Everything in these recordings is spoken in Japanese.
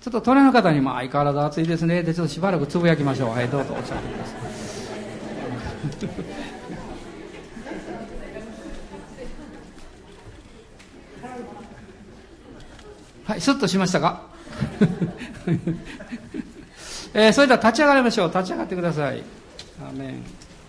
ちょっと隣の方にも相変わらず暑いですねでちょっとしばらくつぶやきましょう。はい、どうぞおっしゃってください。はい、スッとしましたかそれでは立ち上がりましょう。立ち上がってください。アーメン。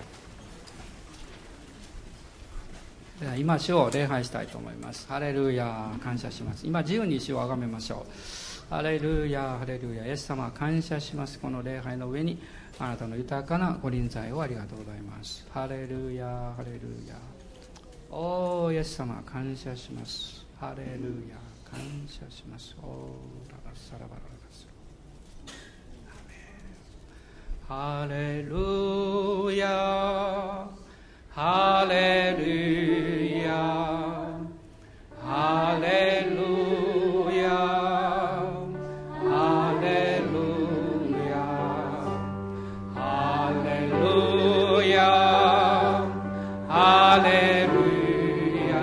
では今主を礼拝したいと思います。ハレルヤ、感謝します。今自由に主をあがめましょう。ハレルヤ、ハレルヤ。イエス様感謝します。この礼拝の上にあなたの豊かなご臨在をありがとうございます。ハレルヤ、ハレルヤ。おーイエス様感謝します。ハレルヤ、感謝します。おーラバサラバララス。ハレルヤ、ハレルヤ、ハレルヤ、ハレルヤ、ハレルヤ、ハレルヤ、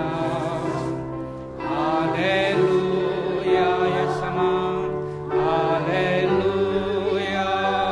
ハレルヤ、イエス様、ハレルヤ、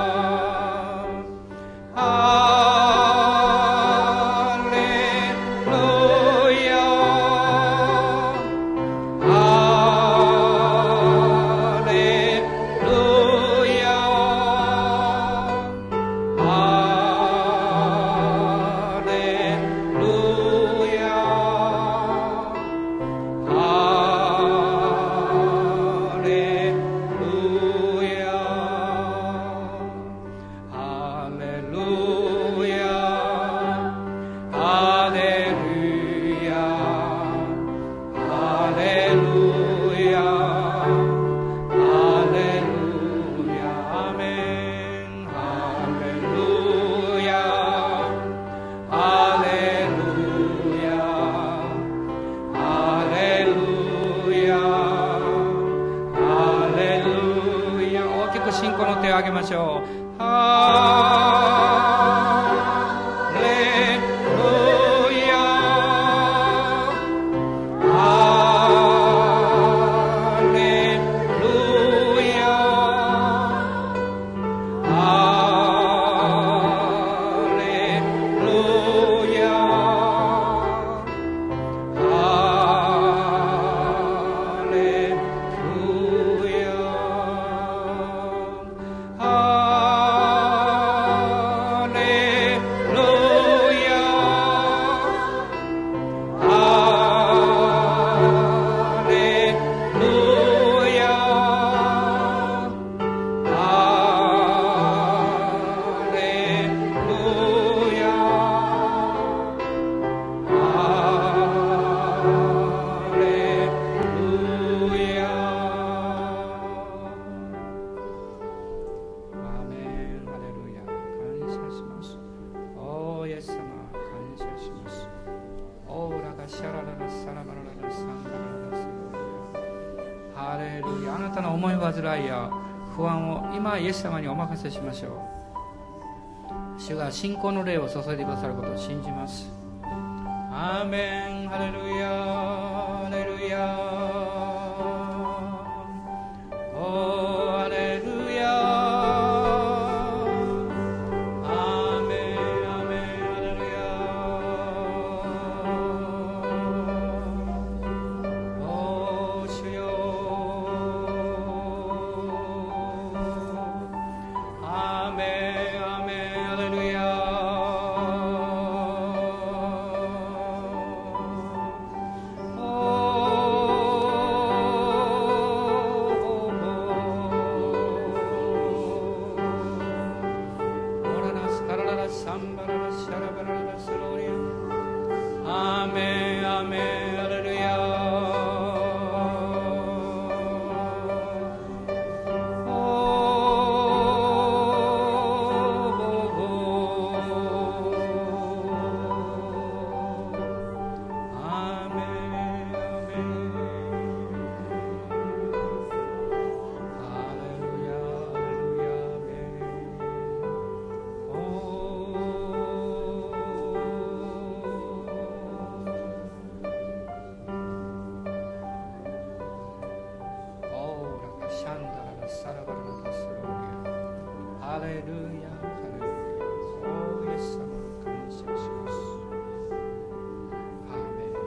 しましょう。主が信仰の霊を注いでくださることを信じます。アーメン、ハレルヤ、ハレルヤ。Oh サラバラバスローリアハレルヤハレルヤおイエス様感謝します。アーメン。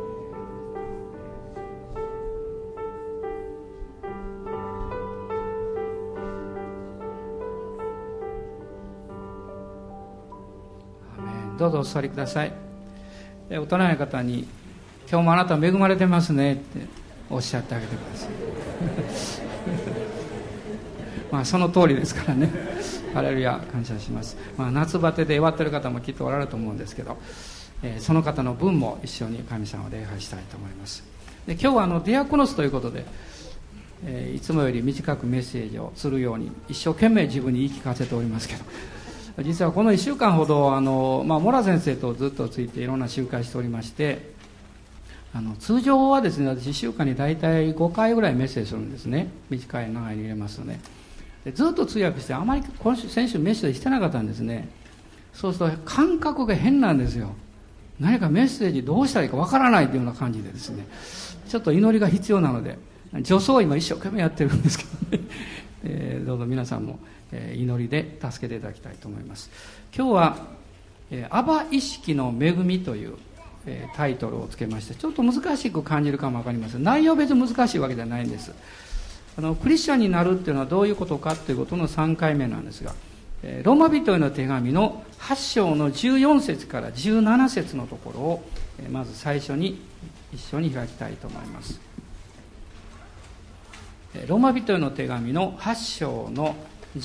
アーメン。どうぞお座りください。大人の方に今日もあなた恵まれてますねっておっしゃってあげてくださいまあその通りですからね。ハレルヤ感謝します。夏バテで弱ってる方もきっとおられると思うんですけど、その方の分も一緒に神様を礼拝したいと思います。で今日はディアコノスということで、いつもより短くメッセージをするように一生懸命自分に言い聞かせておりますけど、実はこの1週間ほどモラ先生とずっとついていろんな集会しておりまして、通常はですね、私1週間に大体5回ぐらいメッセージするんですね。短い長いに入れますとね。でずっと通訳してあまり先週メッセージしてなかったんですね。そうすると感覚が変なんですよ。何かメッセージどうしたらいいかわからないというような感じでですね、ちょっと祈りが必要なので助走を今一生懸命やってるんですけどね、どうぞ皆さんも祈りで助けていただきたいと思います。今日はアバ意識の恵みというタイトルをつけまして、ちょっと難しく感じるかもわかりません。内容別に難しいわけではないんです。クリスチャンになるっていうのはどういうことかということの3回目なんですが、ローマ人への手紙の8章の14節から17節のところをまず最初に一緒に開きたいと思います。ローマ人への手紙の8章の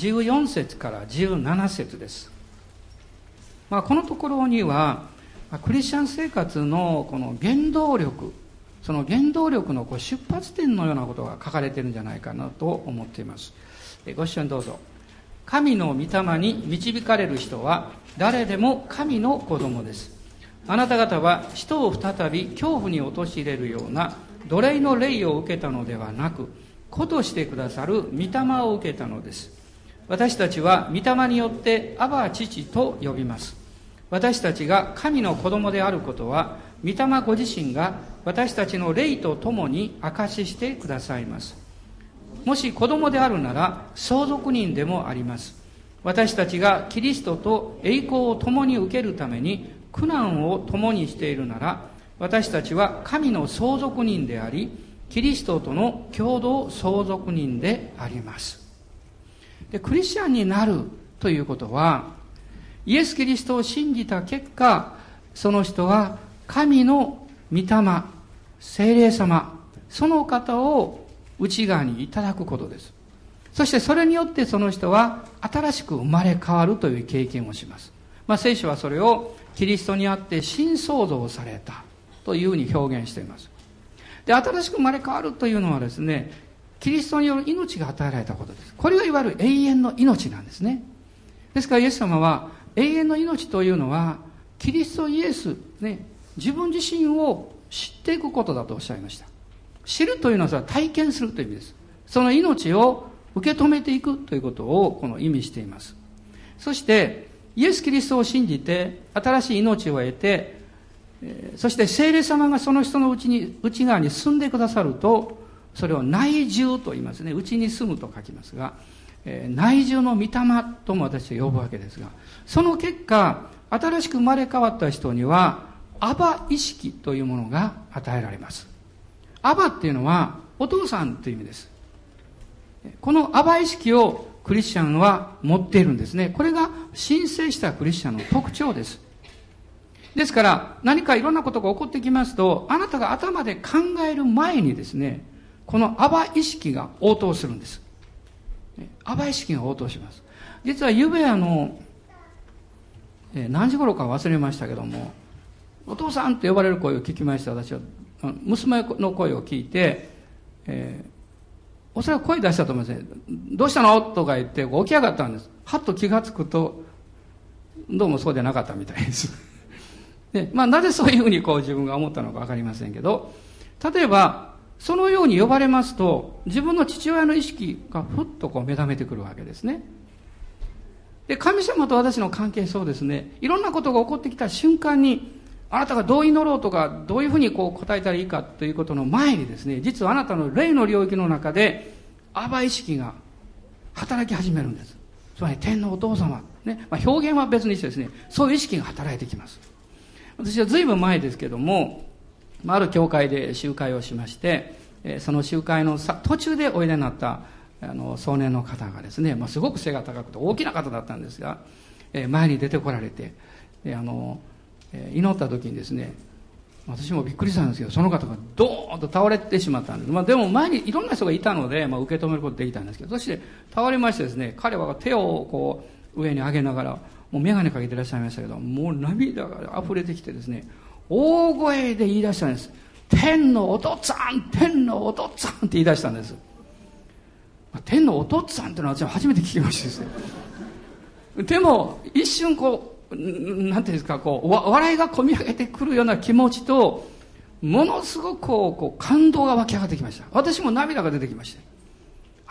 14節から17節です。このところにはクリスチャン生活のこの原動力、その原動力の出発点のようなことが書かれているんじゃないかなと思っています。ご一緒にどうぞ。神の御霊に導かれる人は誰でも神の子供です。あなた方は人を再び恐怖に陥れるような奴隷の霊を受けたのではなく、子としてくださる御霊を受けたのです。私たちは御霊によってアバ父と呼びます。私たちが神の子供であることは、御霊ご自身が私たちの霊とともに証ししてくださいます。もし子供であるなら相続人でもあります。私たちがキリストと栄光を共に受けるために苦難を共にしているなら、私たちは神の相続人であり、キリストとの共同相続人であります。で、クリスチャンになるということは、イエス・キリストを信じた結果、その人は神の御霊、聖霊様、その方を内側にいただくことです。そしてそれによってその人は新しく生まれ変わるという経験をします。聖書はそれをキリストにあって新創造されたというふうに表現しています。で、新しく生まれ変わるというのはですね、キリストによる命が与えられたことです。これがいわゆる永遠の命なんですね。ですからイエス様は永遠の命というのはキリストイエス、自分自身を知っていくことだとおっしゃいました。知るというのはそれは体験するという意味です。その命を受け止めていくということをこの意味しています。そしてイエス・キリストを信じて新しい命を得て、そして聖霊様がその人の内側に住んでくださると、それを内住と言いますね。内に住むと書きますが、内住の御霊とも私は呼ぶわけですが、その結果新しく生まれ変わった人にはアバ意識というものが与えられます。アバっていうのはお父さんという意味です。このアバ意識をクリスチャンは持っているんですね。これが申請したクリスチャンの特徴です。ですから何かいろんなことが起こってきますと、あなたが頭で考える前にですね、このアバ意識が応答するんです。アバ意識が応答します。実はゆうべ何時頃か忘れましたけども、お父さんって呼ばれる声を聞きました。私は娘の声を聞いて、おそらく声出したと思いますね。どうしたのとか言って起き上がったんです。はっと気がつくとどうもそうでなかったみたいですで、なぜそういうふうに自分が思ったのか分かりませんけど、例えばそのように呼ばれますと、自分の父親の意識がふっと目覚めてくるわけですね。で、神様と私の関係、そうですね、いろんなことが起こってきた瞬間に、あなたがどう祈ろうとか、どういうふうに答えたらいいかということの前にですね、実はあなたの霊の領域の中でアバ意識が働き始めるんです。つまり天のお父様、ね、表現は別にしてですね、そういう意識が働いてきます。私は随分前ですけども、ある教会で集会をしまして、その集会の途中でおいでになった壮年の方がですね、すごく背が高くて大きな方だったんですが、前に出てこられて、祈った時にですね、私もびっくりしたんですけど、その方がドーンと倒れてしまったんです。でも前にいろんな人がいたので、受け止めることができたんですけど、そして倒れましてですね、彼は手をこう上に上げながら、もう眼鏡かけていらっしゃいましたけど、もう涙が溢れてきてですね、大声で言い出したんです。天のお父っつぁん、天のお父っつぁんって言い出したんです。天のお父っつぁんっていうのは私は初めて聞きましたですね。でも一瞬なんていうんですか、笑いがこみ上げてくるような気持ちと、ものすごく感動が湧き上がってきました。私も涙が出てきました。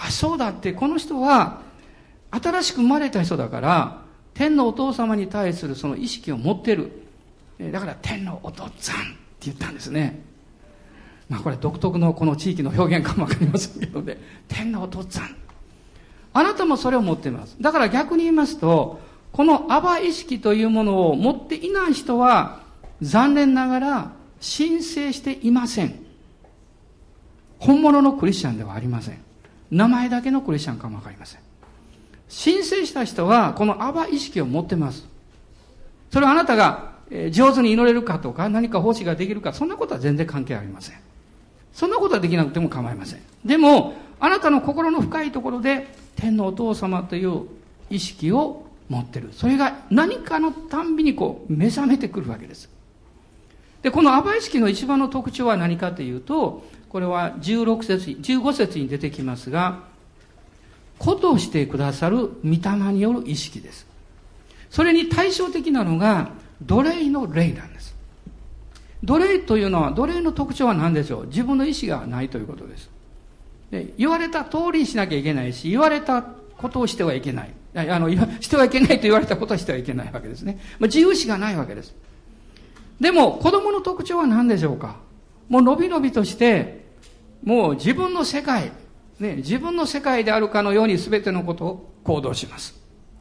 そうだって、この人は新しく生まれた人だから、天のお父様に対するその意識を持っている。だから天のお父さんって言ったんですね。これ独特のこの地域の表現かもわかりませんけどね、天のお父さん、あなたもそれを持っています。だから逆に言いますと、このアバ意識というものを持っていない人は残念ながら申請していません。本物のクリスチャンではありません。名前だけのクリスチャンかもわかりません。申請した人はこのアバ意識を持ってます。それはあなたが上手に祈れるかとか、何か奉仕ができるか、そんなことは全然関係ありません。そんなことはできなくても構いません。でもあなたの心の深いところで天のお父様という意識を持ってる。それが何かのたんびに目覚めてくるわけです。で、このアバ意識の一番の特徴は何かというと、これは16節、15節に出てきますが、子としてくださる御霊による意識です。それに対照的なのが奴隷の霊なんです。奴隷というのは、奴隷の特徴は何でしょう。自分の意思がないということです。で、言われた通りにしなきゃいけないし、言われたことをしてはいけない。してはいけないと言われたことはしてはいけないわけですね。自由意志がないわけです。でも子供の特徴は何でしょうか。もうのびのびとして、もう自分の世界、自分の世界であるかのように全てのことを行動します。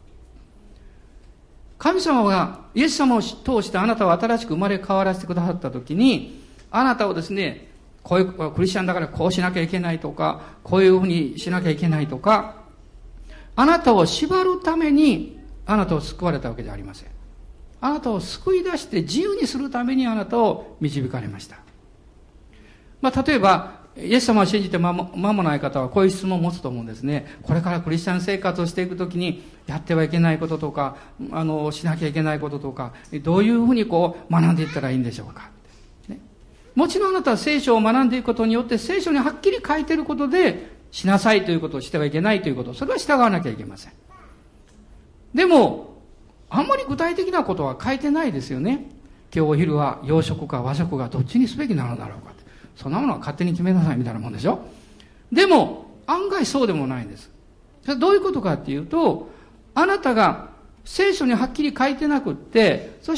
神様がイエス様を通してあなたを新しく生まれ変わらせてくださったときに、あなたをですね、こういうクリスチャンだからこうしなきゃいけないとか、こういうふうにしなきゃいけないとか、あなたを縛るためにあなたを救われたわけじゃありません。あなたを救い出して自由にするためにあなたを導かれました。例えばイエス様を信じて間もない方はこういう質問を持つと思うんですね。これからクリスチャン生活をしていくときにやってはいけないこととか、しなきゃいけないこととか、どういうふうに学んでいったらいいんでしょうか、ね、もちろんあなたは聖書を学んでいくことによって聖書にはっきり書いていることでしなさいということをしてはいけないということ、それは従わなきゃいけません。でもあんまり具体的なことは書いてないですよね。今日お昼は洋食か和食かどっちにすべきなのだろうか、そんなものは勝手に決めなさいみたいなもんでしょ。でも案外そうでもないんです。それどういうことかっていうと、あなたが聖書にはっきり書いてなくって、そして、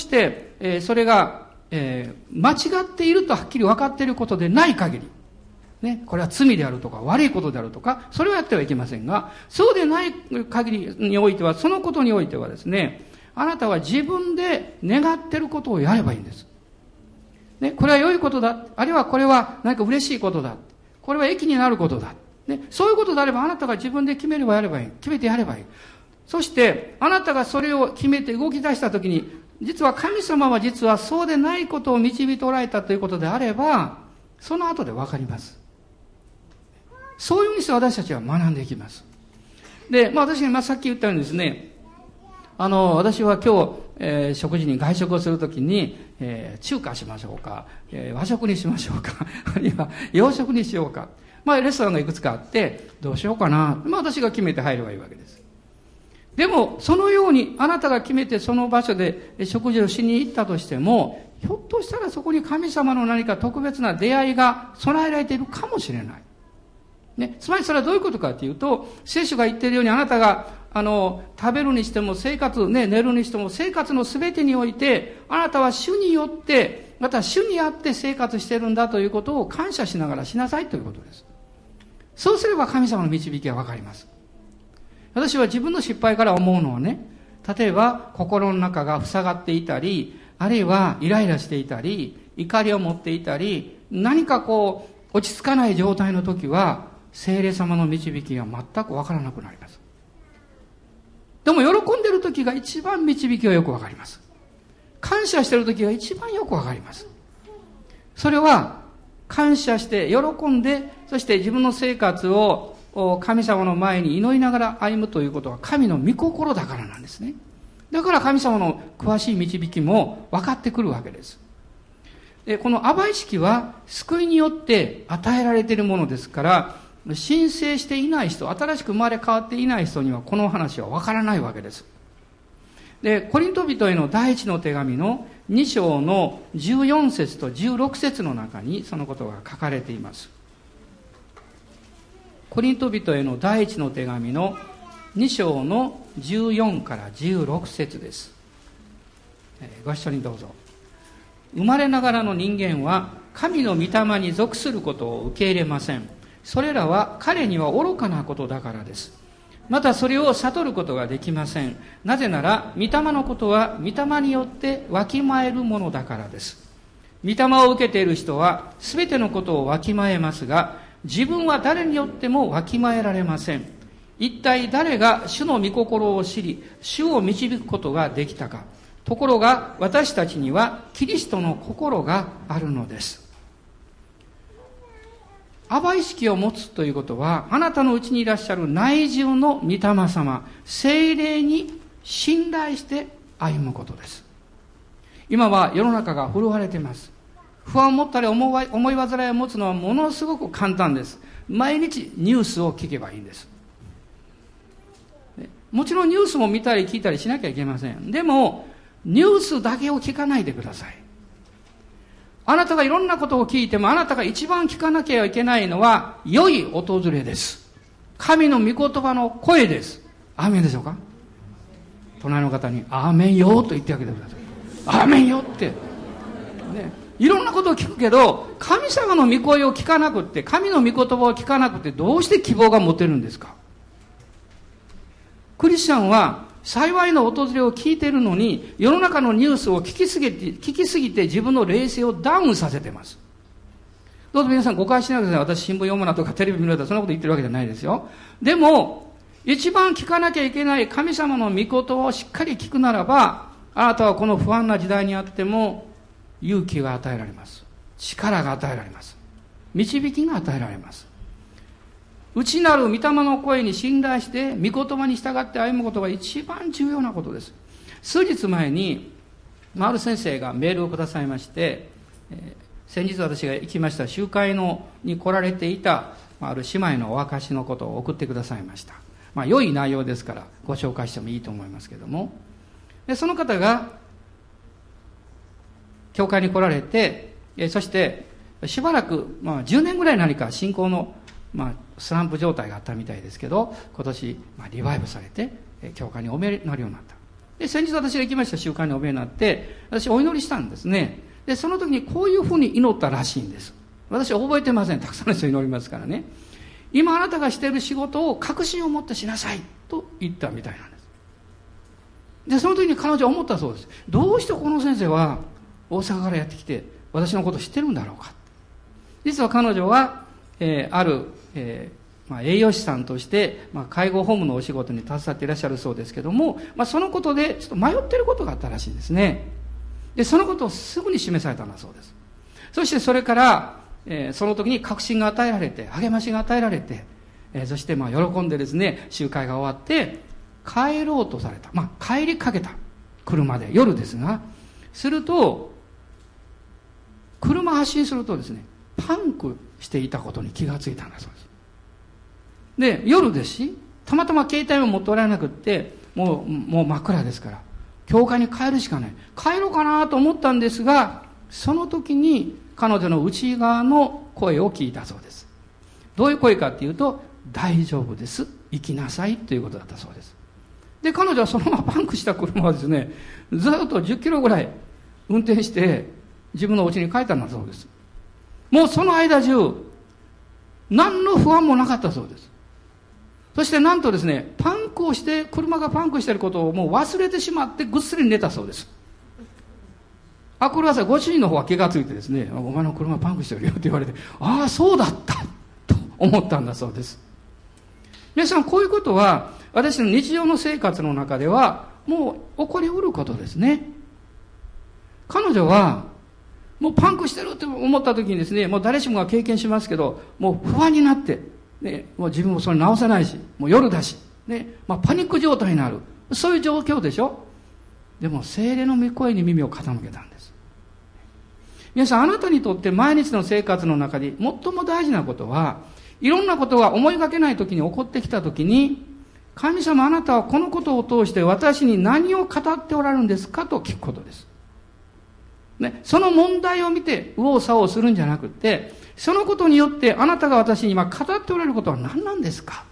それが、間違っているとはっきり分かっていることでない限り、ね、これは罪であるとか悪いことであるとか、それをやってはいけませんが、そうでない限りにおいては、そのことにおいてはですね、あなたは自分で願っていることをやればいいんです。ね、これは良いことだ。あるいはこれは何か嬉しいことだ。これは益になることだ。ね、そういうことであればあなたが自分で決めればやればいい。決めてやればいい。そして、あなたがそれを決めて動き出したときに、実は神様は実はそうでないことを導いておられたということであれば、その後でわかります。そういうふうにして私たちは学んでいきます。で、私がさっき言ったようにですね、私は今日、食事に外食をするときに、中華しましょうか、和食にしましょうか、あるいは洋食にしようか。レストランがいくつかあって、どうしようかな。私が決めて入ればいいわけです。でも、そのようにあなたが決めてその場所で食事をしに行ったとしても、ひょっとしたらそこに神様の何か特別な出会いが備えられているかもしれない。ね、つまりそれはどういうことかというと、聖書が言っているようにあなたが食べるにしても生活、寝るにしても生活のすべてにおいて、あなたは主によって、また主にあって生活しているんだということを感謝しながらしなさいということです。そうすれば神様の導きがわかります。 私は自分の失敗から思うのはね、例えば心の中が塞がっていたり、あるいはイライラしていたり、怒りを持っていたり、何か落ち着かない状態の時は、聖霊様の導きが全くわからなくなります。でも喜んでる時が一番導きはよくわかります。感謝してる時が一番よくわかります。それは感謝して喜んで、そして自分の生活を神様の前に祈りながら歩むということは神の御心だからなんですね。だから神様の詳しい導きも分かってくるわけです。で、このアバ意識は救いによって与えられているものですから、申請していない人、新しく生まれ変わっていない人にはこの話は分からないわけです。で、コリント人への第一の手紙の2章の14節と16節の中にそのことが書かれています。コリント人への第一の手紙の2章の14から16節です。ご一緒にどうぞ。生まれながらの人間は神の御霊に属することを受け入れません。それらは彼には愚かなことだからです。またそれを悟ることができません。なぜなら御霊のことは御霊によってわきまえるものだからです。御霊を受けている人はすべてのことをわきまえますが、自分は誰によってもわきまえられません。一体誰が主の御心を知り、主を導くことができたか。ところが私たちにはキリストの心があるのです。アバ意識を持つということは、あなたのうちにいらっしゃる内住の御霊様、聖霊に信頼して歩むことです。今は世の中が震われています。不安を持ったり思い煩いを持つのはものすごく簡単です。毎日ニュースを聞けばいいんです。もちろんニュースも見たり聞いたりしなきゃいけません。でも、ニュースだけを聞かないでください。あなたがいろんなことを聞いても、あなたが一番聞かなきゃいけないのは、良い訪れです。神の御言葉の声です。アーメンでしょうか？隣の方に、アーメンよと言ってあげてください。アーメンよって。ね、いろんなことを聞くけど、神様の御声を聞かなくって、神の御言葉を聞かなくて、どうして希望が持てるんですか？クリスチャンは、幸いの訪れを聞いているのに、世の中のニュースを聞きすぎて自分の霊性をダウンさせてます。どうぞ皆さん誤解しないでください。私新聞読むなとかテレビ見るなとかそんなこと言ってるわけじゃないですよ。でも、一番聞かなきゃいけない神様の御言葉をしっかり聞くならば、あなたはこの不安な時代にあっても勇気が与えられます。力が与えられます。導きが与えられます。内なる御霊の声に信頼して御言葉に従って歩むことが一番重要なことです。数日前にある先生がメールをくださいまして、先日私が行きました集会に来られていたある姉妹のお証のことを送ってくださいました。良い内容ですからご紹介してもいいと思いますけども、でその方が教会に来られて、そしてしばらく、10年ぐらい何か信仰のスランプ状態があったみたいですけど、今年、リバイブされて、教会にお見えになるようになった。で、先日私が行きました集会にお見えになって、私お祈りしたんですね。で、その時にこういうふうに祈ったらしいんです。私は覚えてません。たくさんの人祈りますからね。今あなたがしている仕事を確信を持ってしなさいと言ったみたいなんです。で、その時に彼女は思ったそうです。どうしてこの先生は大阪からやってきて、私のことを知ってるんだろうか。実は彼女は、ある、栄養士さんとして、介護ホームのお仕事に携わっていらっしゃるそうですけども、そのことでちょっと迷っていることがあったらしいんですね。で、そのことをすぐに示されたんだそうです。そしてそれから、その時に確信が与えられて、励ましが与えられて、そして喜んでですね、集会が終わって、帰ろうとされた。帰りかけた。車で。夜ですが。すると、車発進するとですね、パンクしていたことに気がついたんだそうです。で、夜ですし、たまたま携帯も持っておられなくって、もう真っ暗ですから、教会に帰るしかない。帰ろうかなと思ったんですが、その時に彼女の内側の声を聞いたそうです。どういう声かっていうと、大丈夫です。行きなさいということだったそうです。で、彼女はそのままパンクした車をですね、ずっと10キロぐらい運転して自分の家に帰ったんだそうです。もうその間中、何の不安もなかったそうです。 そしてなんとですね、車がパンクしていることをもう忘れてしまってぐっすり寝たそうです。これ朝ご主人の方は気がついてですね、お前の車パンクしてるよって言われて、ああそうだったと思ったんだそうです。皆さん、こういうことは私の日常の生活の中ではもう起こりうることですね。彼女はもうパンクしてるって思った時にですね、もう誰しもが経験しますけど、もう不安になって、ね、もう自分もそれ直せないし、もう夜だし、ね、パニック状態になる。そういう状況でしょ。でも聖霊の御声に耳を傾けたんです。皆さん、あなたにとって毎日の生活の中で最も大事なことは、いろんなことが思いがけない時に起こってきた時に、神様、あなたはこのことを通して私に何を語っておられるんですかと聞くことです。ね、その問題を見て右往左往するんじゃなくて、そのことによってあなたが私に今語っておられることは何なんですか。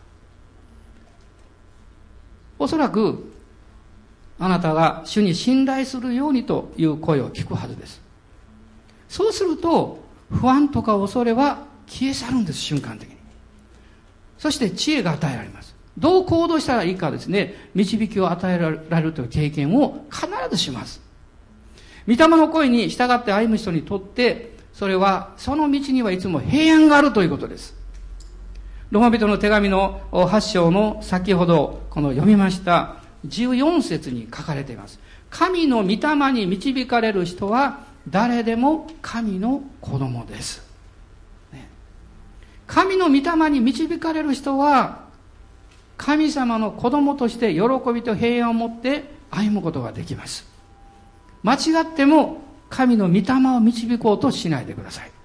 おそらくあなたが主に信頼するようにという声を聞くはずです。そうすると不安とか恐れは消え去るんです、瞬間的に。そして知恵が与えられます。どう行動したらいいかですね、導きを与えられるという経験を必ずします。御霊の声に従って歩む人にとって、それはその道にはいつも平安があるということです。ローマ人の手紙の8章の先ほどこの読みました14節に書かれています。神の御霊に導かれる人は誰でも神の子供です。神の御霊に導かれる人は神様の子供として喜びと平安を持って歩むことができます。間違っても神の御霊を導こうとしないでください。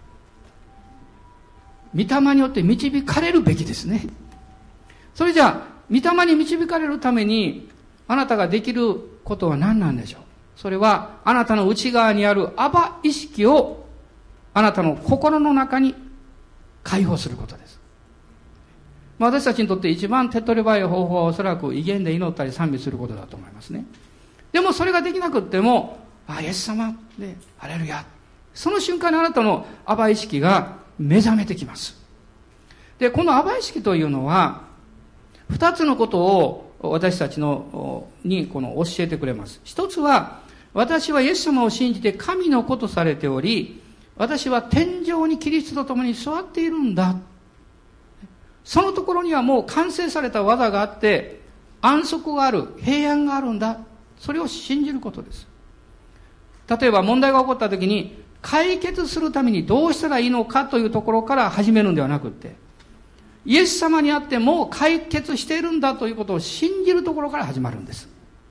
御霊によって導かれるべきですね。それじゃあ御霊に導かれるためにあなたができることは何なんでしょう。それはあなたの内側にあるアバ意識をあなたの心の中に解放することです。私たちにとって一番手っ取り早い方法はおそらく威厳で祈ったり賛美することだと思いますね。でもそれができなくっても、イエス様でハレルヤ、その瞬間にあなたのアバ意識が目覚めてきます。で、このアバ意識というのは二つのことを私たちに教えてくれます。一つは、私はイエス様を信じて神の子とされており、私は天上にキリストと共に座っているんだ。そのところにはもう完成された技があって安息がある、平安があるんだ。それを信じることです。例えば問題が起こった時に解決するためにどうしたらいいのかというところから始めるんではなくって、イエス様にあってもう解決しているんだということを信じるところから始まるんです。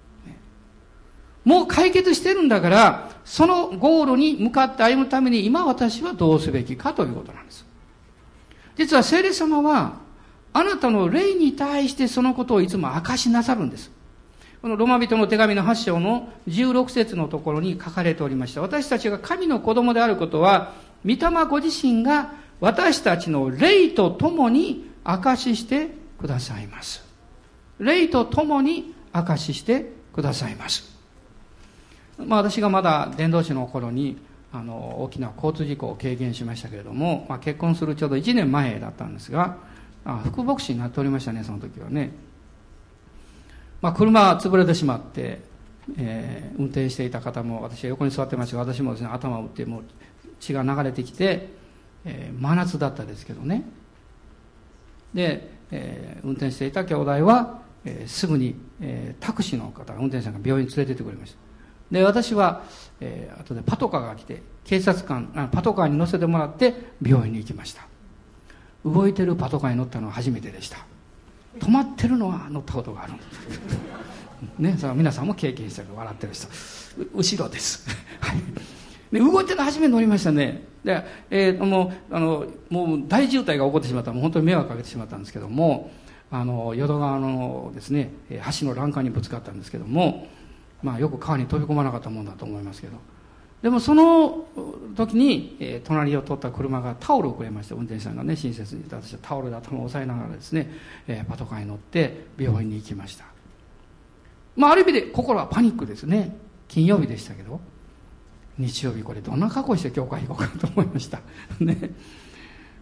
もう解決してるんだから、そのゴールに向かって歩むために今私はどうすべきかということなんです。実は聖霊様はあなたの霊に対してそのことをいつも明かしなさるんです。このローマ人の手紙の8章の16節のところに書かれておりました。私たちが神の子供であることは、御霊ご自身が私たちの霊と共に証ししてくださいます。霊と共に証ししてくださいます。私がまだ伝道師の頃に大きな交通事故を経験しましたけれども、結婚するちょうど1年前だったんですが、副牧師になっておりましたね、その時はね。車が潰れてしまって、運転していた方も、私は横に座ってましたが、私もですね、頭を打ってもう血が流れてきて、真夏だったですけどね。で、運転していた兄弟は、すぐに、タクシーの方、運転手さんが病院に連れてってくれました。で、私は、後でパトカーが来て、パトカーに乗せてもらって病院に行きました。動いてるパトカーに乗ったのは初めてでした。止まってるのは乗ったことがあるね、それは皆さんも経験したけど笑ってる人後ろですで、動いてるの初めて乗りましたね。で、もう大渋滞が起こってしまったらもう本当に迷惑かけてしまったんですけども、淀川のですね橋の欄干にぶつかったんですけども、よく川に飛び込まなかったもんだと思いますけど、でもその時に、隣を通った車がタオルをくれました。運転手さんがね、親切に。私はタオルで頭を押さえながらですね、パトカーに乗って病院に行きました。ある意味で心はパニックですね。金曜日でしたけど、日曜日これどんな格好して教会行こうかと思いましたね。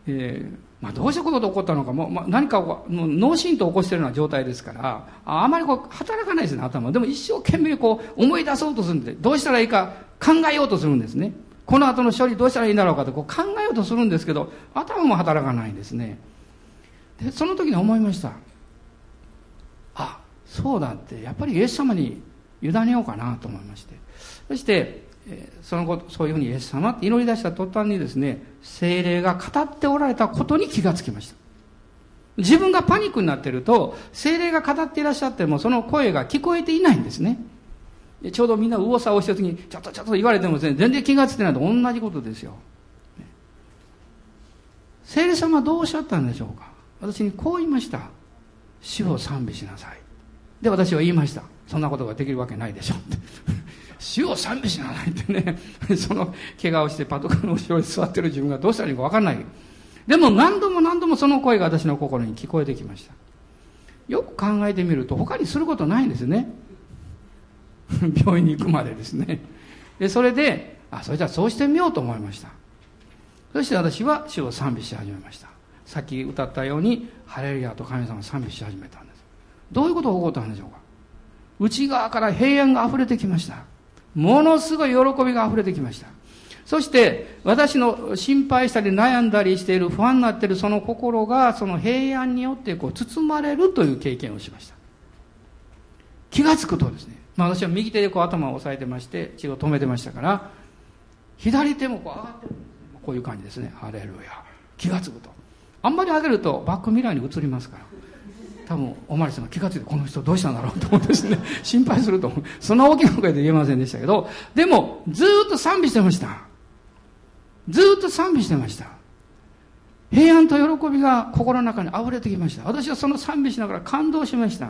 どうしたことで起こったのかも、何かを脳震盪を起こしているような状態ですから、あまり働かないですね、頭。でも一生懸命思い出そうとするんで、どうしたらいいか考えようとするんですね。この後の処理どうしたらいいんだろうかと考えようとするんですけど、頭も働かないんですね。で、その時に思いました。そうだって、やっぱりイエス様に委ねようかなと思いまして。そして、そういうふうにイエス様って祈り出した途端にですね、聖霊が語っておられたことに気がつきました。自分がパニックになっていると、聖霊が語っていらっしゃっても、その声が聞こえていないんですね。ちょうどみんな右往左往してる時に、ちょっと言われてもですね、全然気がついてないと同じことですよ。聖霊様はどうおっしゃったんでしょうか。私にこう言いました。主を賛美しなさい。で、私は言いました。そんなことができるわけないでしょって。主を賛美しなさいってね、その怪我をしてパトカーの後ろに座ってる自分がどうしたらいいか分かんない。でも何度もその声が私の心に聞こえてきました。よく考えてみると他にすることないんですね。病院に行くまでですね。で、それで、それじゃあそうしてみようと思いました。そして私は主を賛美し始めました。さっき歌ったように、ハレルヤと神様を賛美し始めたんです。どういうことが起こったんでしょうか。内側から平安が溢れてきました。ものすごい喜びが溢れてきました。そして私の心配したり悩んだりしている不安になっているその心がその平安によって包まれるという経験をしました。気がつくとですね、私は右手で頭を押さえてまして血を止めてましたから、左手も上がってるんですね。こういう感じですね。ハレルヤ。気がつくと、あんまり上げるとバックミラーに映りますから、多分おまわりさんが気がついて、この人どうしたんだろうと思ってですね、心配すると思う。そんな大きな声で言えませんでしたけど、でもずーっと賛美してました。ずーっと賛美してました。平安と喜びが心の中に溢れてきました。私はその賛美しながら感動しました。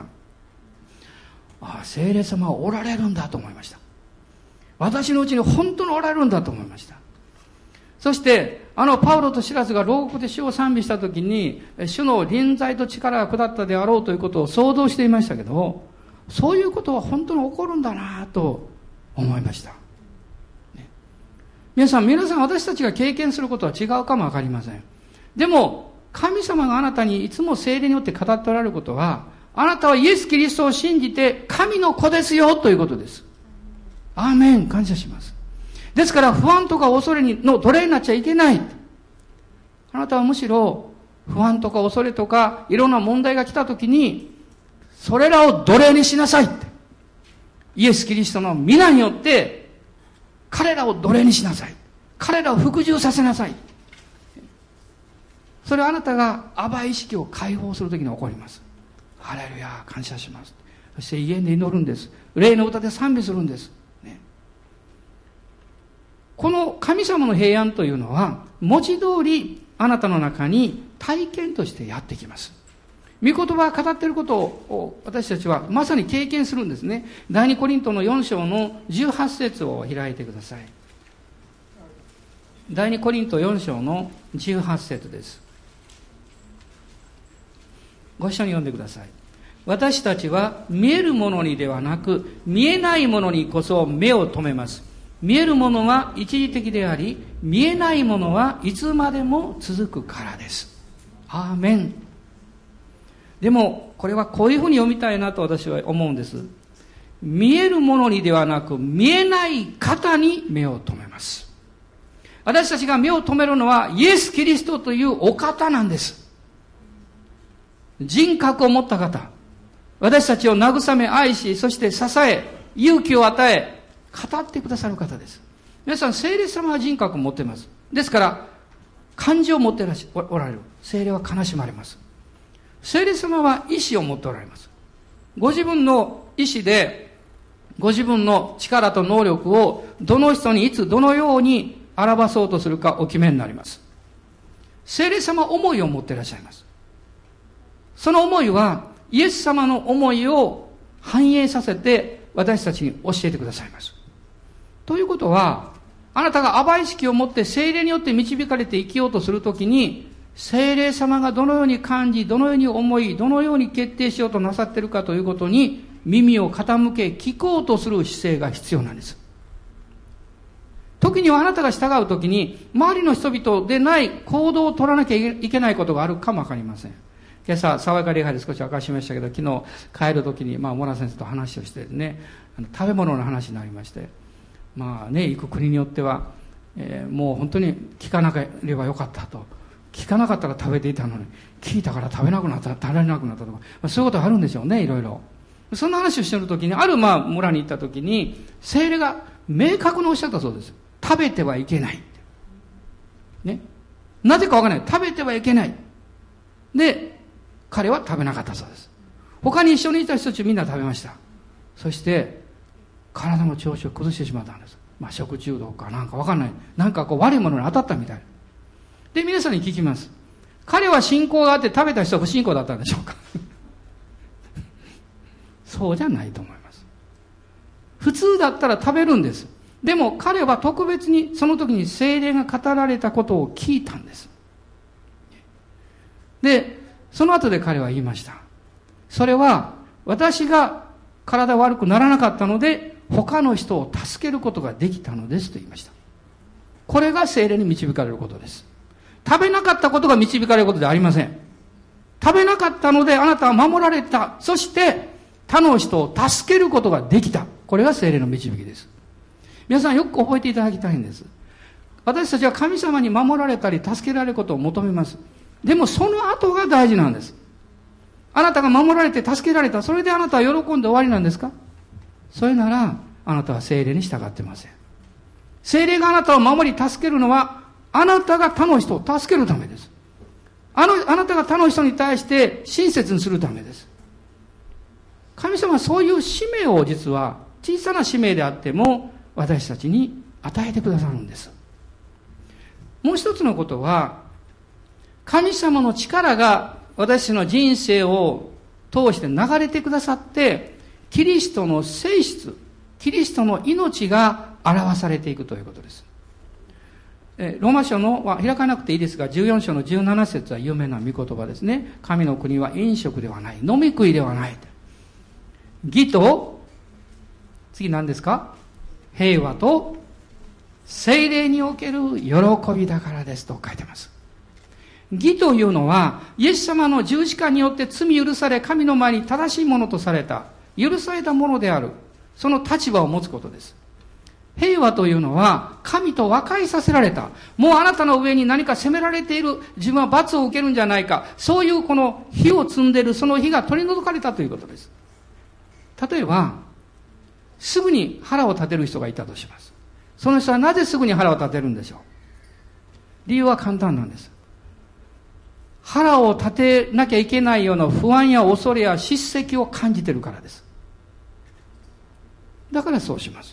聖霊様はおられるんだと思いました。私のうちに本当におられるんだと思いました。そしてパウロとシラスが牢獄で主を賛美したときに、主の臨在と力が下ったであろうということを想像していましたけど、そういうことは本当に起こるんだなと思いました、ね、皆さん私たちが経験することは違うかもわかりません。でも神様があなたにいつも聖霊によって語っておられることは、あなたはイエス・キリストを信じて神の子ですよということです。アーメン。感謝します。ですから不安とか恐れの奴隷になっちゃいけない。あなたはむしろ不安とか恐れとかいろんな問題が来たときに、それらを奴隷にしなさいって。イエス・キリストの皆によって彼らを奴隷にしなさい。彼らを服従させなさい。それはあなたがアバ意識を解放するときに起こります。ハレルヤ、感謝します。そして家で祈るんです。霊の歌で賛美するんです。この神様の平安というのは文字通りあなたの中に体験としてやってきます。御言葉が語っていることを私たちはまさに経験するんですね。第二コリントの4章の18節を開いてください。第二コリント4章の18節です。ご一緒に読んでください。私たちは見えるものにではなく見えないものにこそ目を留めます。見えるものは一時的であり、見えないものはいつまでも続くからです。アーメン。でもこれはこういうふうに読みたいなと私は思うんです。見えるものにではなく見えない方に目を留めます。私たちが目を留めるのはイエス・キリストというお方なんです。人格を持った方、私たちを慰め愛し、そして支え勇気を与え語ってくださる方です。皆さん、聖霊様は人格を持っています。ですから感情を持っておられる。聖霊は悲しまれます。聖霊様は意志を持っておられます。ご自分の意志でご自分の力と能力をどの人にいつどのように表そうとするかお決めになります。聖霊様は思いを持っていらっしゃいます。その思いはイエス様の思いを反映させて私たちに教えてくださいます。ということは、あなたがアバ意識を持って聖霊によって導かれて生きようとするときに、聖霊様がどのように感じ、どのように思い、どのように決定しようとなさっているかということに耳を傾け聞こうとする姿勢が必要なんです。 時にはあなたが従う時に、周りの人々でない行動を取らなきゃいけないことがあるかもわかりません。今朝、爽やか礼拝で少し明かしましたけど、昨日帰る時に、モラ先生と話をしてね、食べ物の話になりまして、行く国によっては、もう本当に聞かなければよかったと。聞かなかったら食べていたのに、聞いたから食べれなくなったとか、そういうことあるんでしょうね、いろいろ。そんな話をしている時に、ある村に行った時に、聖霊が明確におっしゃったそうです。食べてはいけない。ね。なぜかわからない。食べてはいけない。で、彼は食べなかったそうです。他に一緒にいた人たちみんな食べました。そして、体の調子を崩してしまったんです。食中毒かなんかわかんない。なんか悪いものに当たったみたい。で、皆さんに聞きます。彼は信仰があって食べた人は不信仰だったんでしょうかそうじゃないと思います。普通だったら食べるんです。でも彼は特別にその時に聖霊が語られたことを聞いたんです。で、その後で彼は言いました。それは私が体悪くならなかったので他の人を助けることができたのですと言いました。これが聖霊に導かれることです。食べなかったことが導かれることではありません。食べなかったのであなたは守られた。そして他の人を助けることができた。これが聖霊の導きです。皆さんよく覚えていただきたいんです。私たちは神様に守られたり助けられることを求めます。でもその後が大事なんです。あなたが守られて助けられた。それであなたは喜んで終わりなんですか？それならあなたは聖霊に従ってません。聖霊があなたを守り助けるのはあなたが他の人を助けるためです。あなたが他の人に対して親切にするためです。神様はそういう使命を実は小さな使命であっても私たちに与えてくださるんです。もう一つのことは、神様の力が私の人生を通して流れてくださって、キリストの性質、キリストの命が表されていくということです。ローマ書のは開かなくていいですが、14章の17節は有名な御言葉ですね。神の国は飲食ではない、飲み食いではない。義と、次何ですか？平和と聖霊における喜びだからですと書いてます。義というのは、イエス様の十字架によって罪許され、神の前に正しいものとされた、許されたものである、その立場を持つことです。平和というのは、神と和解させられた。もうあなたの上に何か責められている、自分は罰を受けるんじゃないか。そういうこの火を積んでいる、その火が取り除かれたということです。例えば、すぐに腹を立てる人がいたとします。その人はなぜすぐに腹を立てるんでしょう？理由は簡単なんです。腹を立てなきゃいけないような不安や恐れや叱責を感じているからです。だからそうします。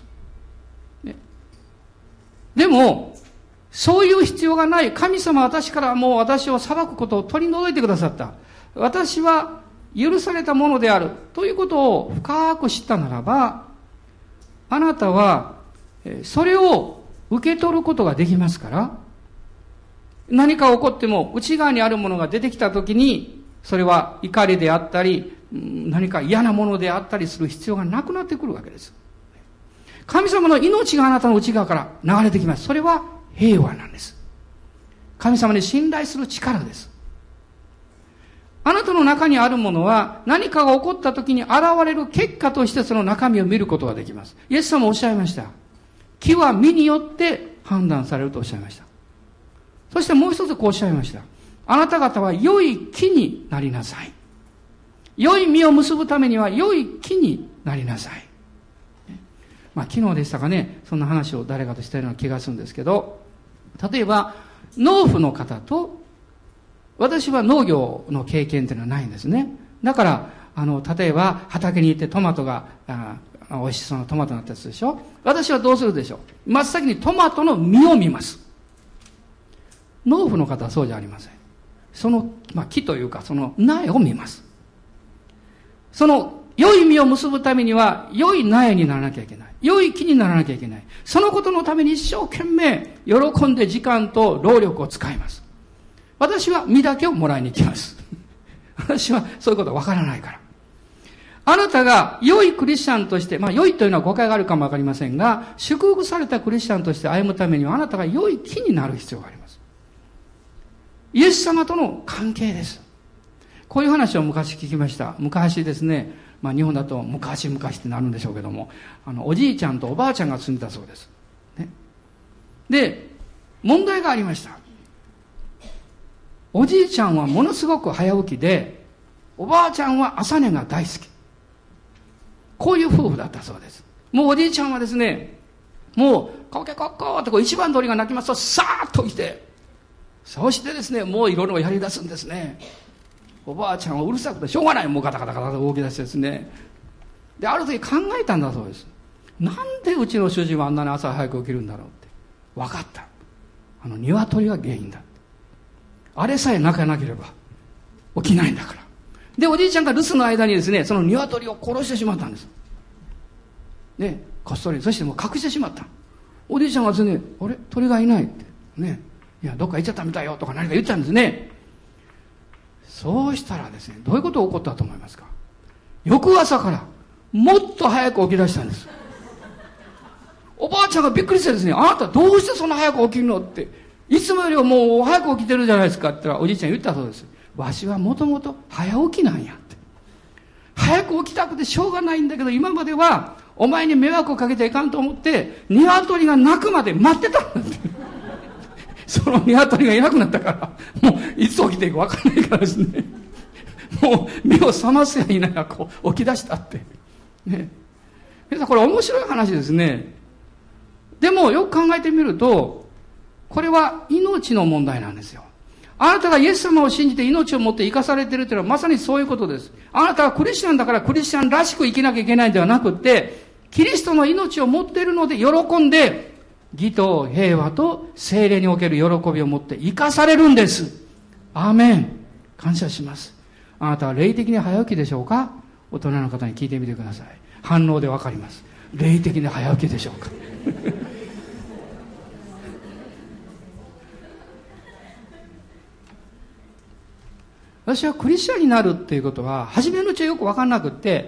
でも、そういう必要がない。神様は私からもう私を裁くことを取り除いてくださった。私は許されたものである。ということを深く知ったならば、あなたはそれを受け取ることができますから、何か起こっても内側にあるものが出てきたときに、それは怒りであったり、何か嫌なものであったりする必要がなくなってくるわけです。神様の命があなたの内側から流れてきます。それは平和なんです。神様に信頼する力です。あなたの中にあるものは何かが起こった時に現れる結果としてその中身を見ることができます。イエス様おっしゃいました。木は実によって判断されるとおっしゃいました。そしてもう一つこうおっしゃいました。あなた方は良い木になりなさい。良い実を結ぶためには良い木になりなさい。昨日でしたかね、そんな話を誰かとしたような気がするんですけど、例えば農夫の方と私は農業の経験っていうのはないんですね。だから、例えば畑に行ってトマトが、美味しそうなトマトになったやつでしょ。私はどうするでしょう。真っ先にトマトの実を見ます。農夫の方はそうじゃありません。その、木というか、その苗を見ます。その、良い実を結ぶためには、良い苗にならなきゃいけない。良い木にならなきゃいけない。そのことのために一生懸命、喜んで時間と労力を使います。私は実だけをもらいに行きます。私はそういうことはわからないから。 あなたが良いクリスチャンとして、良いというのは誤解があるかもわかりませんが、祝福されたクリスチャンとして歩むためにはあなたが良い木になる必要があります。イエス様との関係です。こういう話を昔聞きました。昔ですね、日本だと昔々ってなるんでしょうけども、おじいちゃんとおばあちゃんが住んでたそうです。ね、で、問題がありました。おじいちゃんはものすごく早起きで、おばあちゃんは朝寝が大好き。こういう夫婦だったそうです。もうおじいちゃんはですね、もう、コケコッコーって一番鳥が鳴きますと、さーっと起きて、そしてですね、もういろいろやり出すんですね。おばあちゃんはうるさくてしょうがない。もうガタガタガタと動き出してですね。で、ある時考えたんだそうです。なんでうちの主人はあんなに朝早く起きるんだろうって。分かった。鶏が原因だ。あれさえ鳴かなければ起きないんだから。で、おじいちゃんが留守の間にですね、その鶏を殺してしまったんです。ね、こっそり。そしてもう隠してしまった。おじいちゃんがですね、あれ鳥がいないって。ね。いや、どっか行っちゃったみたいよとか何か言っちゃうんですね。そうしたらですね、どういうことが起こったと思いますか？翌朝からもっと早く起き出したんです。おばあちゃんがびっくりしてですね、あなたどうしてそんな早く起きるのって、いつもよりももう早く起きてるじゃないですかって言ったら、おじいちゃん言ったそうです。わしはもともと早起きなんやって。早く起きたくてしょうがないんだけど、今まではお前に迷惑をかけていかんと思って、鶏が鳴くまで待ってたんだって。その鶏がいなくなったから、もういつ起きていくか分からないからですね。もう目を覚ますやいながら起き出したって。ね。皆さんこれ面白い話ですね。でもよく考えてみると、これは命の問題なんですよ。あなたがイエス様を信じて命を持って生かされているというのはまさにそういうことです。あなたはクリスチャンだからクリスチャンらしく生きなきゃいけないんではなくって、キリストの命を持っているので喜んで、義と平和と聖霊における喜びを持って生かされるんです。アーメン。感謝します。あなたは霊的に早起きでしょうか？大人の方に聞いてみてください。反応でわかります。霊的に早起きでしょうか？私はクリスチャンになるっていうことは、初めのうちはよくわかんなくって、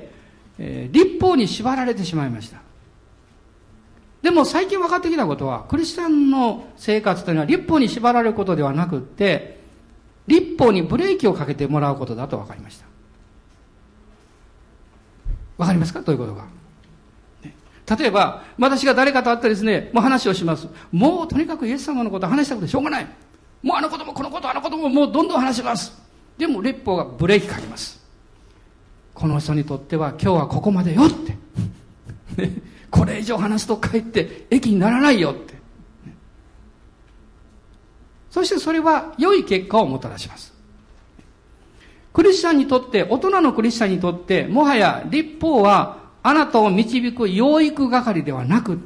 律法に縛られてしまいました。でも最近分かってきたことは、クリスチャンの生活というのは律法に縛られることではなくって、律法にブレーキをかけてもらうことだと分かりました。分かりますか？どういうことか。例えば、私が誰かと会ってですね、もう話をします。もうとにかくイエス様のことを話したくてしょうがない。もうあのこともこのこと、あのことももうどんどん話します。でも律法がブレーキかけます。この人にとっては今日はここまでよって。ね、これ以上話すとかえって益にならないよって。そしてそれは良い結果をもたらします。クリスチャンにとって、大人のクリスチャンにとって、もはや律法はあなたを導く養育係ではなくって、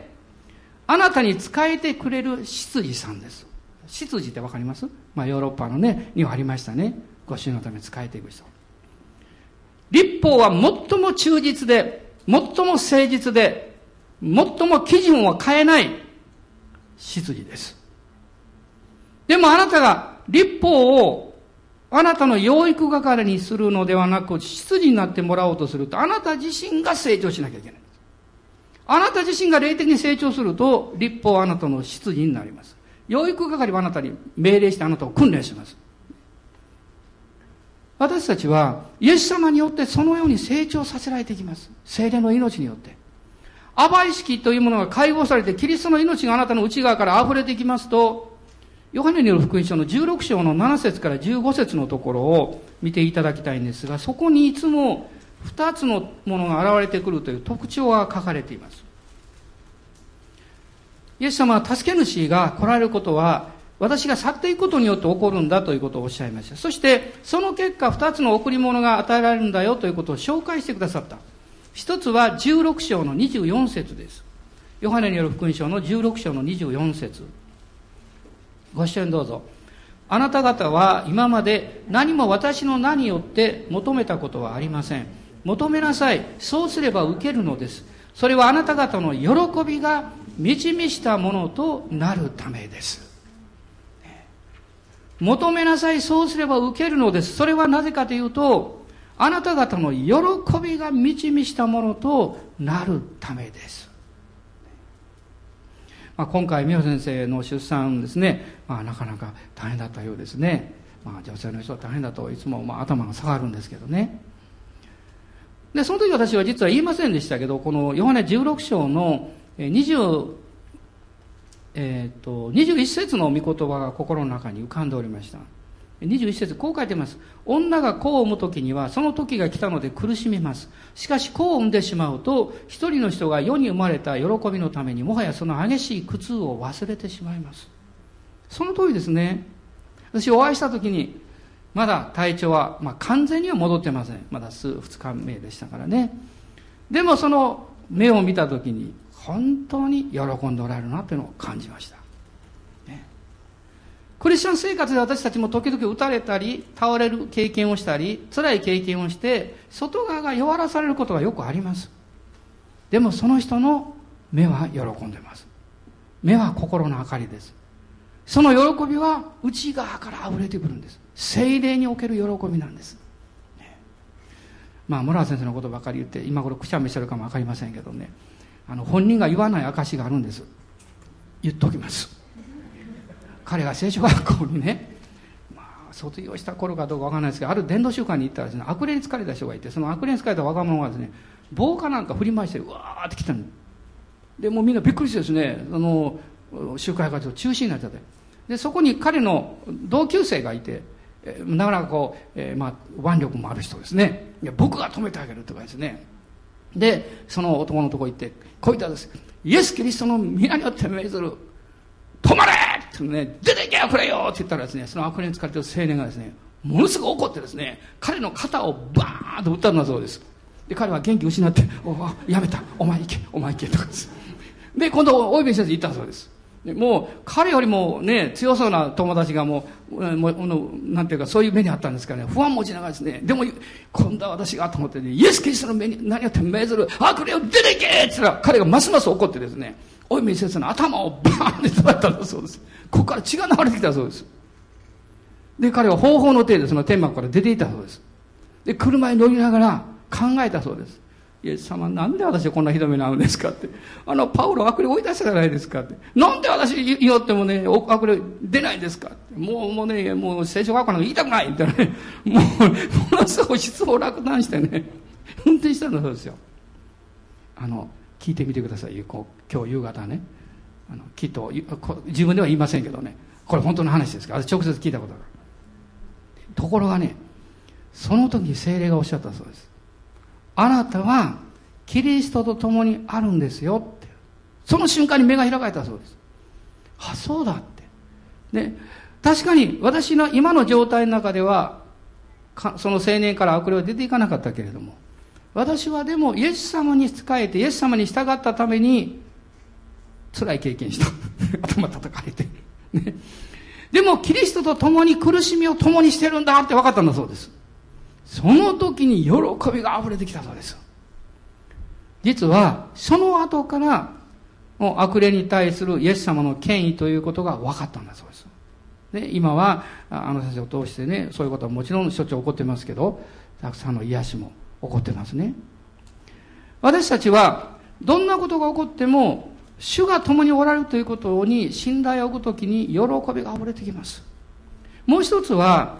あなたに仕えてくれる執事さんです。執事ってわかります？ヨーロッパのね、にはありましたね。ご主のために仕えていく人。律法は最も忠実で、最も誠実で、最も基準を変えない執事です。でもあなたが律法をあなたの養育係にするのではなく、執事になってもらおうとすると、あなた自身が成長しなきゃいけない。あなた自身が霊的に成長すると、律法はあなたの執事になります。養育係はあなたに命令してあなたを訓練します。私たちはイエス様によってそのように成長させられていきます。聖霊の命によって。アバ意識というものが解放されて、キリストの命があなたの内側から溢れていきますと、ヨハネによる福音書の16章の7節から15節のところを見ていただきたいんですが、そこにいつも2つのものが現れてくるという特徴が書かれています。イエス様は助け主が来られることは、私が去っていくことによって起こるんだということをおっしゃいました。そしてその結果2つの贈り物が与えられるんだよということを紹介してくださった。一つは16章の24節です。ヨハネによる福音書の16章の24節。ご一緒にどうぞ。あなた方は今まで何も私の名によって求めたことはありません。求めなさい。そうすれば受けるのです。それはあなた方の喜びが満ち満ちたものとなるためです。求めなさい。そうすれば受けるのです。それはなぜかというと、 あなた方の喜びが満ち満ちたものとなるためです。今回美穂先生の出産ですね、なかなか大変だったようですね。女性の人は大変だといつも頭が下がるんですけどね。でその時私は実は言いませんでしたけど、このヨハネ16章の21節の御言葉が心の中に浮かんでおりました。21節こう書いています。女が子を産む時にはその時が来たので苦しみます。しかし子を産んでしまうと一人の人が世に生まれた喜びのためにもはやその激しい苦痛を忘れてしまいます。その通りですね。私お会いした時にまだ体調は、完全には戻ってません。まだ2日目でしたからね。でもその目を見た時に本当に喜んでおられるなというのを感じました。クリスチャン生活で私たちも時々打たれたり倒れる経験をしたり辛い経験をして外側が弱らされることがよくあります。でもその人の目は喜んでいます。目は心の明かりです。その喜びは内側から溢れてくるんです。聖霊における喜びなんです。村先生のことばかり言って今頃くしゃみしてるかも分かりませんけどね、本人が言わない証があるんです。言っときます。彼が聖書学校にね、卒業した頃かどうかわからないですけど、ある伝道集会に行ったらですね、悪霊に疲れた人がいて、その悪霊に疲れた若者がですね、棒かなんか振り回してうわーって来たので、もうみんなびっくりしてですね、その集会活動中止になっちゃって、でそこに彼の同級生がいて、なかなかこう、腕力もある人ですね。いや僕が止めてあげるとかですね。でその男のとこ行ってこう言ったんです。イエス・キリストの皆によって命ずる、止まれってね、出ていけよくれよって言ったらですね、その悪霊に疲れている青年がですね、ものすごく怒ってですね、彼の肩をバーンと打ったんだそうです。で彼は元気失って、やめた、お前行けとかです。で今度大井先生行ったそうです。でもう彼よりもね強そうな友達がもうなんていうかそういう目にあったんですからね、不安持ちながらですね、でも今度は私がと思ってね、イエス・キリストの目に何やって命ずる悪霊を出ていけって言ったら、彼がますます怒ってですね、大井先生の頭をバーンって叩いたんだそうです。ここから血が流れてきたそうです。で彼は方法の手でその天幕から出ていったそうです。で車に乗りながら考えたそうです。イエス様、なんで私はこんなひどい目に遭うんですかって。パウロ悪霊追い出したじゃないですかって。なんで私祈ってもね、悪霊出ないんですかって。もう聖書学校なんか言いたくないみたいなね。ものすごい質問を落胆してね、運転したんだそうですよ。聞いてみてください。今日夕方ね。きっと、自分では言いませんけどね。これ本当の話ですから、私直接聞いたことがある。ところがね、その時に聖霊がおっしゃったそうです。あなたはキリストと共にあるんですよって。その瞬間に目が開かれたそうです。そうだって。で、確かに私の今の状態の中では、その青年から悪霊は出ていかなかったけれども、私はでもイエス様に仕えてイエス様に従ったために辛い経験した頭叩かれて、ね、でもキリストと共に苦しみを共にしてるんだって分かったんだそうです。その時に喜びが溢れてきたそうです。実はその後からもう悪霊に対するイエス様の権威ということが分かったんだそうです。で今は先生を通してね、そういうことはもちろんしょっちゅう起こってますけど、たくさんの癒しも起こってますね。私たちはどんなことが起こっても主が共におられるということに信頼を置くときに喜びが溢れてきます。もう一つは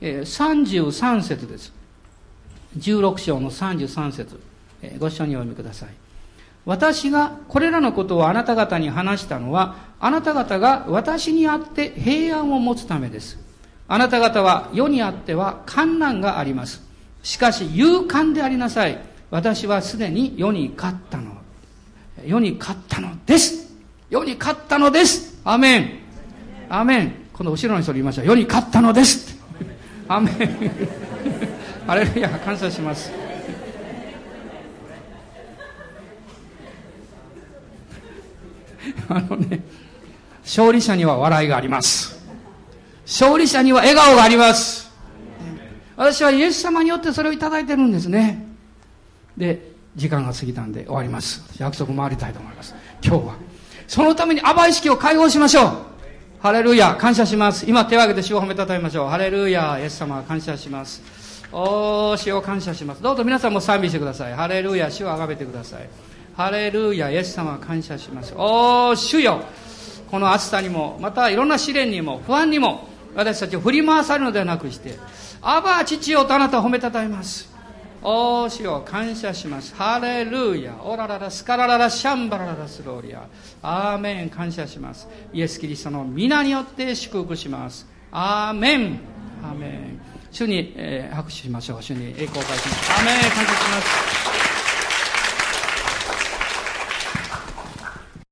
33節です。16章の33節、ご一緒にお読みください。私がこれらのことをあなた方に話したのは、あなた方が私にあって平安を持つためです。あなた方は世にあっては患難があります。しかし勇敢でありなさい。私はすでに世に勝ったのです。世に勝ったのです。アメン。アメン。この後ろの人に言いました。世に勝ったのです。アメン。ハレルヤ、感謝します。勝利者には笑いがあります。勝利者には笑顔があります。私はイエス様によってそれをいただいてるんですね。で、時間が過ぎたんで終わります。約束回りたいと思います。今日はそのためにアバ意識を解放しましょう。ハレルヤ、感謝します。今手を挙げて主を褒めたたえましょう。ハレルヤ、イエス様感謝します。 主を感謝します。どうぞ皆さんも賛美してください。ハレルヤ、主をあがめてください。ハレルヤ、イエス様感謝します。主よ、この暑さにも、またいろんな試練にも、不安にも、私たちを振り回されるのではなくして、アバ父よとあなたを褒めたたえます。主よ、感謝します。ハレルヤ、オラララスカラララシャンバラララスローリア。アーメン、感謝します。イエス・キリストの皆によって祝福します。アーメン。アーメン。主に、拍手しましょう。主に栄光を返します。アーメン、感謝します。